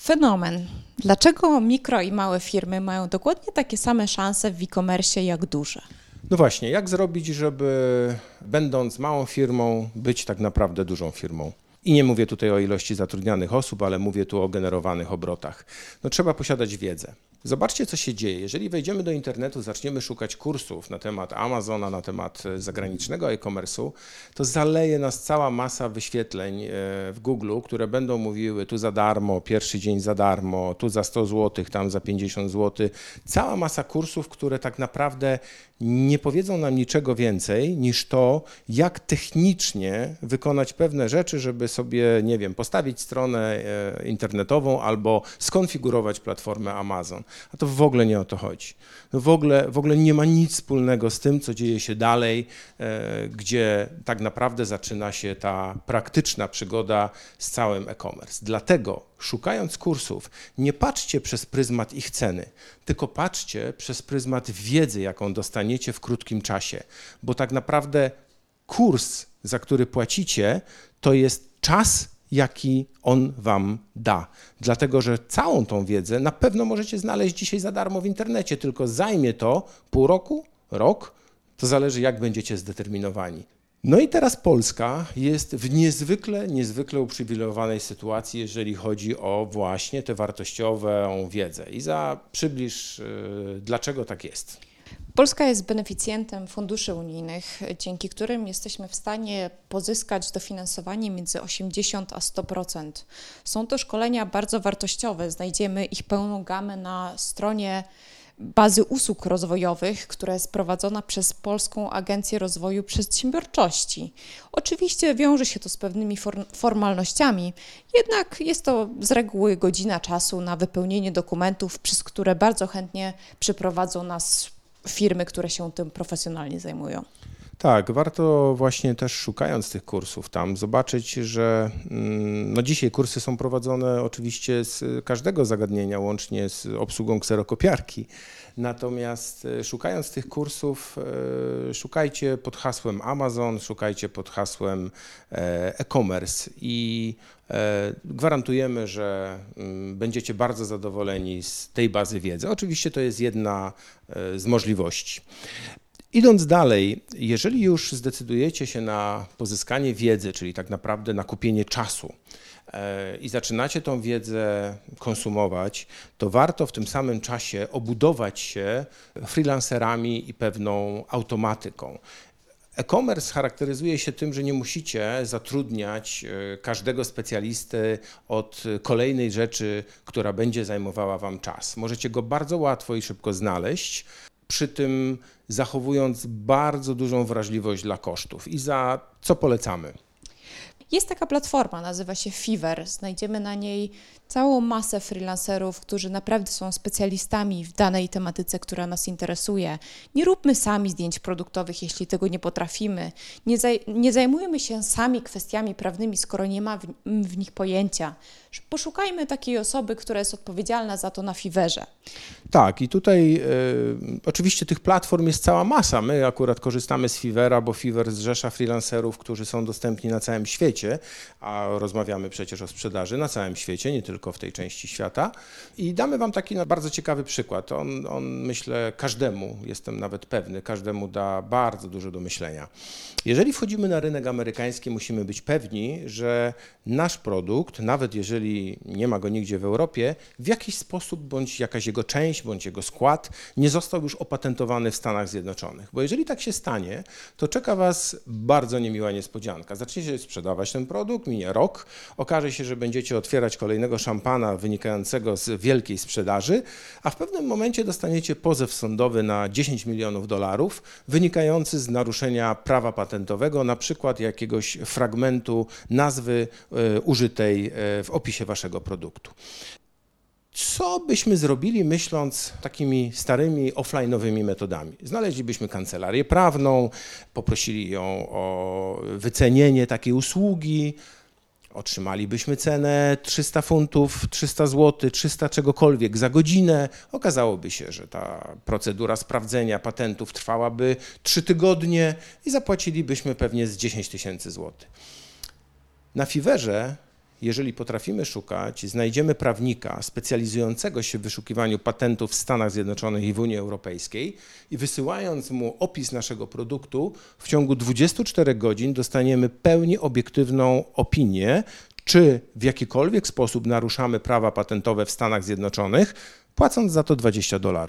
Fenomen. Dlaczego mikro i małe firmy mają dokładnie takie same szanse w e-commerce jak duże? No właśnie, jak zrobić, żeby będąc małą firmą, być tak naprawdę dużą firmą? I nie mówię tutaj o ilości zatrudnianych osób, ale mówię tu o generowanych obrotach. No trzeba posiadać wiedzę. Zobaczcie, co się dzieje. Jeżeli wejdziemy do internetu, zaczniemy szukać kursów na temat Amazona, na temat zagranicznego e-commerce'u, to zaleje nas cała masa wyświetleń w Google, które będą mówiły tu za darmo, pierwszy dzień za darmo, tu za 100 zł, tam za 50 zł. Cała masa kursów, które tak naprawdę nie powiedzą nam niczego więcej niż to, jak technicznie wykonać pewne rzeczy, żeby sobie, nie wiem, postawić stronę internetową albo skonfigurować platformę Amazon. A to w ogóle nie o to chodzi. No w ogóle nie ma nic wspólnego z tym, co dzieje się dalej, gdzie tak naprawdę zaczyna się ta praktyczna przygoda z całym e-commerce. Dlatego szukając kursów, nie patrzcie przez pryzmat ich ceny, tylko patrzcie przez pryzmat wiedzy, jaką dostaniecie w krótkim czasie, bo tak naprawdę kurs, za który płacicie, to jest czas, jaki on wam da. Dlatego, że całą tą wiedzę na pewno możecie znaleźć dzisiaj za darmo w internecie, tylko zajmie to pół roku, rok, to zależy, jak będziecie zdeterminowani. No i teraz Polska jest w niezwykle uprzywilejowanej sytuacji, jeżeli chodzi o właśnie tę wartościową wiedzę. Iza, przybliż, dlaczego tak jest. Polska jest beneficjentem funduszy unijnych, dzięki którym jesteśmy w stanie pozyskać dofinansowanie między 80 a 100%. Są to szkolenia bardzo wartościowe, znajdziemy ich pełną gamę na stronie bazy usług rozwojowych, która jest prowadzona przez Polską Agencję Rozwoju Przedsiębiorczości. Oczywiście wiąże się to z pewnymi formalnościami, jednak jest to z reguły godzina czasu na wypełnienie dokumentów, przez które bardzo chętnie przeprowadzą nas firmy, które się tym profesjonalnie zajmują. Tak, warto właśnie też szukając tych kursów tam zobaczyć, że no dzisiaj kursy są prowadzone oczywiście z każdego zagadnienia, łącznie z obsługą kserokopiarki. Natomiast szukając tych kursów, szukajcie pod hasłem Amazon, szukajcie pod hasłem e-commerce i gwarantujemy, że będziecie bardzo zadowoleni z tej bazy wiedzy. Oczywiście to jest jedna z możliwości. Idąc dalej, jeżeli już zdecydujecie się na pozyskanie wiedzy, czyli tak naprawdę na kupienie czasu i zaczynacie tą wiedzę konsumować, to warto w tym samym czasie obudować się freelancerami i pewną automatyką. E-commerce charakteryzuje się tym, że nie musicie zatrudniać każdego specjalisty od kolejnej rzeczy, która będzie zajmowała wam czas. Możecie go bardzo łatwo i szybko znaleźć, przy tym zachowując bardzo dużą wrażliwość dla kosztów. I za co polecamy? Jest taka platforma, nazywa się Fiverr. Znajdziemy na niej całą masę freelancerów, którzy naprawdę są specjalistami w danej tematyce, która nas interesuje. Nie róbmy sami zdjęć produktowych, jeśli tego nie potrafimy. Nie zajmujemy się sami kwestiami prawnymi, skoro nie ma w nich pojęcia. Poszukajmy takiej osoby, która jest odpowiedzialna za to na Fiverrze. Tak, i tutaj oczywiście tych platform jest cała masa. My akurat korzystamy z Fiverra, bo Fiverr zrzesza freelancerów, którzy są dostępni na całym świecie, a rozmawiamy przecież o sprzedaży na całym świecie, nie tylko w tej części świata. I damy wam taki bardzo ciekawy przykład. On myślę każdemu, jestem nawet pewny, każdemu da bardzo dużo do myślenia. Jeżeli wchodzimy na rynek amerykański, musimy być pewni, że nasz produkt, nawet jeżeli nie ma go nigdzie w Europie, w jakiś sposób bądź jakaś jego część, bądź jego skład nie został już opatentowany w Stanach Zjednoczonych. Bo jeżeli tak się stanie, to czeka was bardzo niemiła niespodzianka. Zaczniecie sprzedawać ten produkt, minie rok, okaże się, że będziecie otwierać kolejnego szampana wynikającego z wielkiej sprzedaży, a w pewnym momencie dostaniecie pozew sądowy na $10 milionów wynikający z naruszenia prawa patentowego, na przykład jakiegoś fragmentu nazwy użytej w opisie waszego produktu. Co byśmy zrobili, myśląc takimi starymi offline'owymi metodami? Znaleźlibyśmy kancelarię prawną, poprosili ją o wycenienie takiej usługi, otrzymalibyśmy cenę 300 funtów, 300 zł, 300 czegokolwiek za godzinę. Okazałoby się, że ta procedura sprawdzenia patentów trwałaby 3 tygodnie i zapłacilibyśmy pewnie z 10 000 złotych. Na Fiverrze Jeżeli potrafimy szukać, znajdziemy prawnika specjalizującego się w wyszukiwaniu patentów w Stanach Zjednoczonych i w Unii Europejskiej i wysyłając mu opis naszego produktu, w ciągu 24 godzin dostaniemy pełni obiektywną opinię, czy w jakikolwiek sposób naruszamy prawa patentowe w Stanach Zjednoczonych, płacąc za to $20.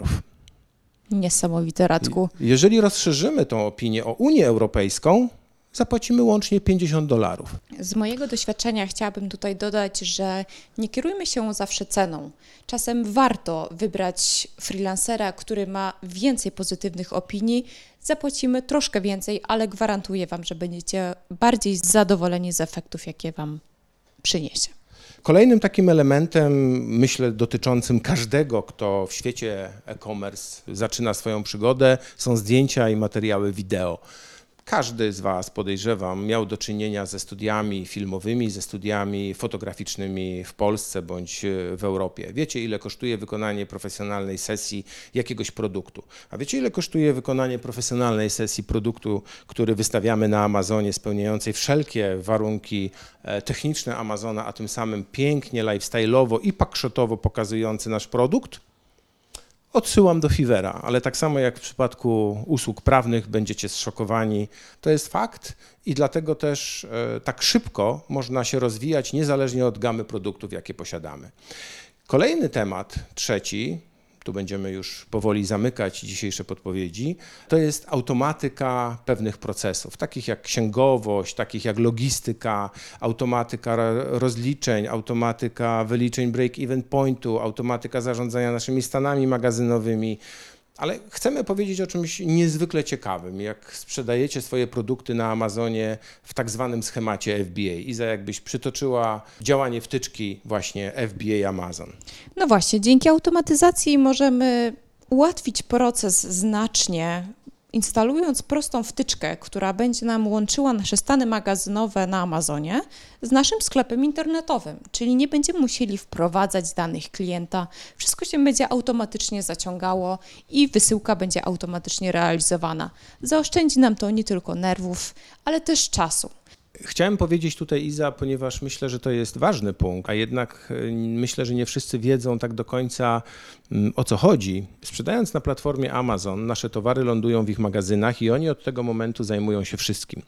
Niesamowite, Radku. Jeżeli rozszerzymy tą opinię o Unię Europejską, zapłacimy łącznie $50. Z mojego doświadczenia chciałabym tutaj dodać, że nie kierujmy się zawsze ceną. Czasem warto wybrać freelancera, który ma więcej pozytywnych opinii. Zapłacimy troszkę więcej, ale gwarantuję Wam, że będziecie bardziej zadowoleni z efektów, jakie Wam przyniesie. Kolejnym takim elementem, myślę, dotyczącym każdego, kto w świecie e-commerce zaczyna swoją przygodę, są zdjęcia i materiały wideo. Każdy z Was, podejrzewam, miał do czynienia ze studiami filmowymi, ze studiami fotograficznymi w Polsce bądź w Europie. Wiecie, ile kosztuje wykonanie profesjonalnej sesji jakiegoś produktu. A wiecie, ile kosztuje wykonanie profesjonalnej sesji produktu, który wystawiamy na Amazonie, spełniającej wszelkie warunki techniczne Amazona, a tym samym pięknie, lifestyle'owo i packshotowo pokazujący nasz produkt? Odsyłam do Fivera, ale tak samo jak w przypadku usług prawnych będziecie zszokowani. To jest fakt i dlatego też tak szybko można się rozwijać niezależnie od gamy produktów, jakie posiadamy. Kolejny temat, trzeci, tu będziemy już powoli zamykać dzisiejsze podpowiedzi, to jest automatyka pewnych procesów, takich jak księgowość, takich jak logistyka, automatyka rozliczeń, automatyka wyliczeń break-even pointu, automatyka zarządzania naszymi stanami magazynowymi. Ale chcemy powiedzieć o czymś niezwykle ciekawym, jak sprzedajecie swoje produkty na Amazonie w tak zwanym schemacie FBA. Iza, jakbyś przytoczyła działanie wtyczki właśnie FBA Amazon. No właśnie, dzięki automatyzacji możemy ułatwić proces znacznie, instalując prostą wtyczkę, która będzie nam łączyła nasze stany magazynowe na Amazonie z naszym sklepem internetowym, czyli nie będziemy musieli wprowadzać danych klienta, wszystko się będzie automatycznie zaciągało i wysyłka będzie automatycznie realizowana. Zaoszczędzi nam to nie tylko nerwów, ale też czasu. Chciałem powiedzieć tutaj, Iza, ponieważ myślę, że to jest ważny punkt, a jednak myślę, że nie wszyscy wiedzą tak do końca, o co chodzi. Sprzedając na platformie Amazon, nasze towary lądują w ich magazynach i oni od tego momentu zajmują się wszystkim.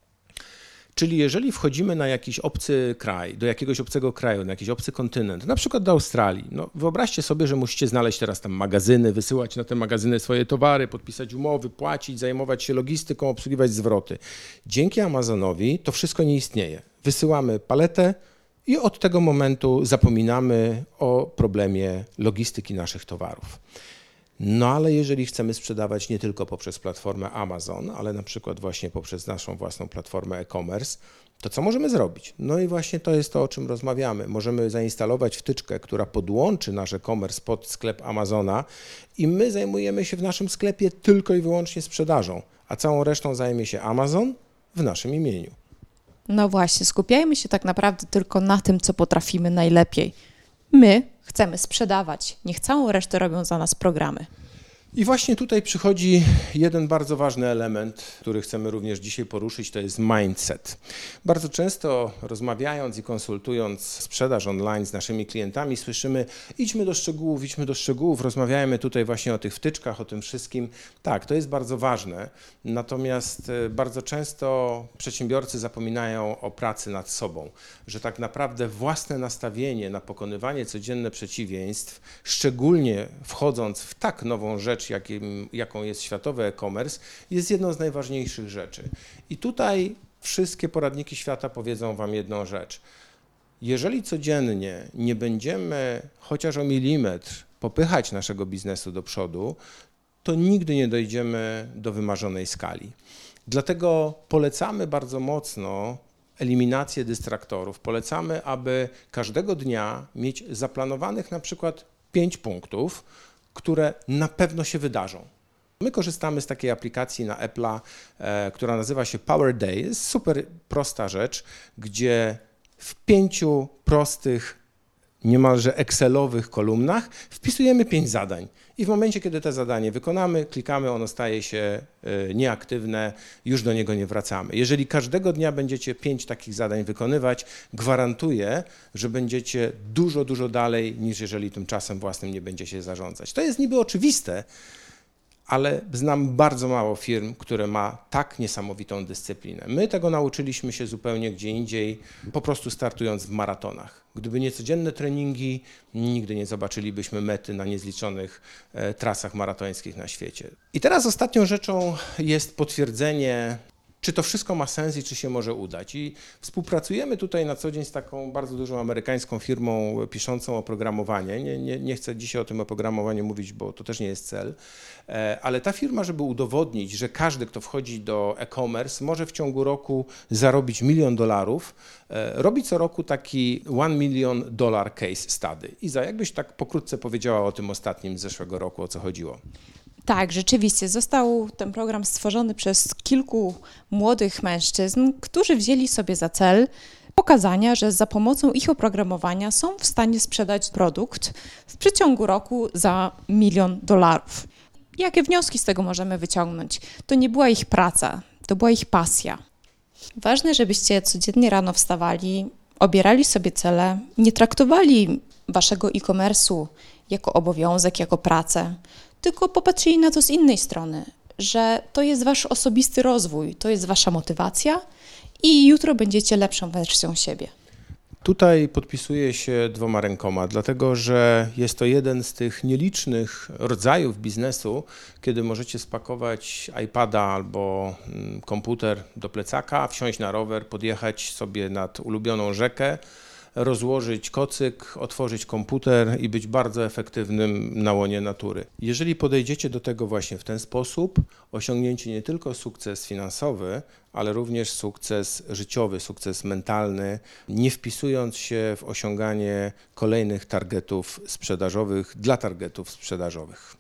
Czyli jeżeli wchodzimy na jakiś obcy kraj, do jakiegoś obcego kraju, na jakiś obcy kontynent, na przykład do Australii, no wyobraźcie sobie, że musicie znaleźć teraz tam magazyny, wysyłać na te magazyny swoje towary, podpisać umowy, płacić, zajmować się logistyką, obsługiwać zwroty. Dzięki Amazonowi to wszystko nie istnieje. Wysyłamy paletę i od tego momentu zapominamy o problemie logistyki naszych towarów. No ale jeżeli chcemy sprzedawać nie tylko poprzez platformę Amazon, ale na przykład właśnie poprzez naszą własną platformę e-commerce, to co możemy zrobić? No i właśnie to jest to, o czym rozmawiamy. Możemy zainstalować wtyczkę, która podłączy nasz e-commerce pod sklep Amazona i my zajmujemy się w naszym sklepie tylko i wyłącznie sprzedażą, a całą resztą zajmie się Amazon w naszym imieniu. No właśnie, skupiajmy się tak naprawdę tylko na tym, co potrafimy najlepiej. My chcemy sprzedawać, niech całą resztę robią za nas programy. I właśnie tutaj przychodzi jeden bardzo ważny element, który chcemy również dzisiaj poruszyć, to jest mindset. Bardzo często rozmawiając i konsultując sprzedaż online z naszymi klientami słyszymy idźmy do szczegółów, rozmawiajmy tutaj właśnie o tych wtyczkach, o tym wszystkim. Tak, to jest bardzo ważne, natomiast bardzo często przedsiębiorcy zapominają o pracy nad sobą, że tak naprawdę własne nastawienie na pokonywanie codzienne przeciwieństw, szczególnie wchodząc w tak nową rzecz, jaką jest światowy e-commerce, jest jedną z najważniejszych rzeczy. I tutaj wszystkie poradniki świata powiedzą Wam jedną rzecz. Jeżeli codziennie nie będziemy chociaż o milimetr popychać naszego biznesu do przodu, to nigdy nie dojdziemy do wymarzonej skali. Dlatego polecamy bardzo mocno eliminację dystraktorów. Polecamy, aby każdego dnia mieć zaplanowanych na przykład 5 punktów, które na pewno się wydarzą. My korzystamy z takiej aplikacji na Apple'a, która nazywa się Power Day. Jest super prosta rzecz, gdzie w 5 prostych niemalże excelowych kolumnach wpisujemy 5 zadań. I w momencie, kiedy te zadanie wykonamy, klikamy, ono staje się nieaktywne, już do niego nie wracamy. Jeżeli każdego dnia będziecie 5 takich zadań wykonywać, gwarantuję, że będziecie dużo, dużo dalej, niż jeżeli tym czasem własnym nie będziecie zarządzać. To jest niby oczywiste, ale znam bardzo mało firm, które ma tak niesamowitą dyscyplinę. My tego nauczyliśmy się zupełnie gdzie indziej, po prostu startując w maratonach. Gdyby nie codzienne treningi, nigdy nie zobaczylibyśmy mety na niezliczonych trasach maratońskich na świecie. I teraz ostatnią rzeczą jest potwierdzenie, czy to wszystko ma sens i czy się może udać. I współpracujemy tutaj na co dzień z taką bardzo dużą amerykańską firmą piszącą oprogramowanie. Nie chcę dzisiaj o tym oprogramowaniu mówić, bo to też nie jest cel, ale ta firma, żeby udowodnić, że każdy, kto wchodzi do e-commerce, może w ciągu roku zarobić $1 milion, robi co roku taki $1 million case study. Iza, jakbyś tak pokrótce powiedziała o tym ostatnim z zeszłego roku, o co chodziło? Tak, rzeczywiście. Został ten program stworzony przez kilku młodych mężczyzn, którzy wzięli sobie za cel pokazania, że za pomocą ich oprogramowania są w stanie sprzedać produkt w przeciągu roku za $1 milion. Jakie wnioski z tego możemy wyciągnąć? To nie była ich praca, to była ich pasja. Ważne, żebyście codziennie rano wstawali, obierali sobie cele, nie traktowali waszego e-commerce'u jako obowiązek, jako pracę, tylko popatrzyli na to z innej strony, że to jest wasz osobisty rozwój, to jest wasza motywacja i jutro będziecie lepszą wersją siebie. Tutaj podpisuję się 2 rękoma, dlatego że jest to jeden z tych nielicznych rodzajów biznesu, kiedy możecie spakować iPada albo komputer do plecaka, wsiąść na rower, podjechać sobie nad ulubioną rzekę, rozłożyć kocyk, otworzyć komputer i być bardzo efektywnym na łonie natury. Jeżeli podejdziecie do tego właśnie w ten sposób, osiągnięcie nie tylko sukces finansowy, ale również sukces życiowy, sukces mentalny, nie wpisując się w osiąganie kolejnych targetów sprzedażowych dla targetów sprzedażowych.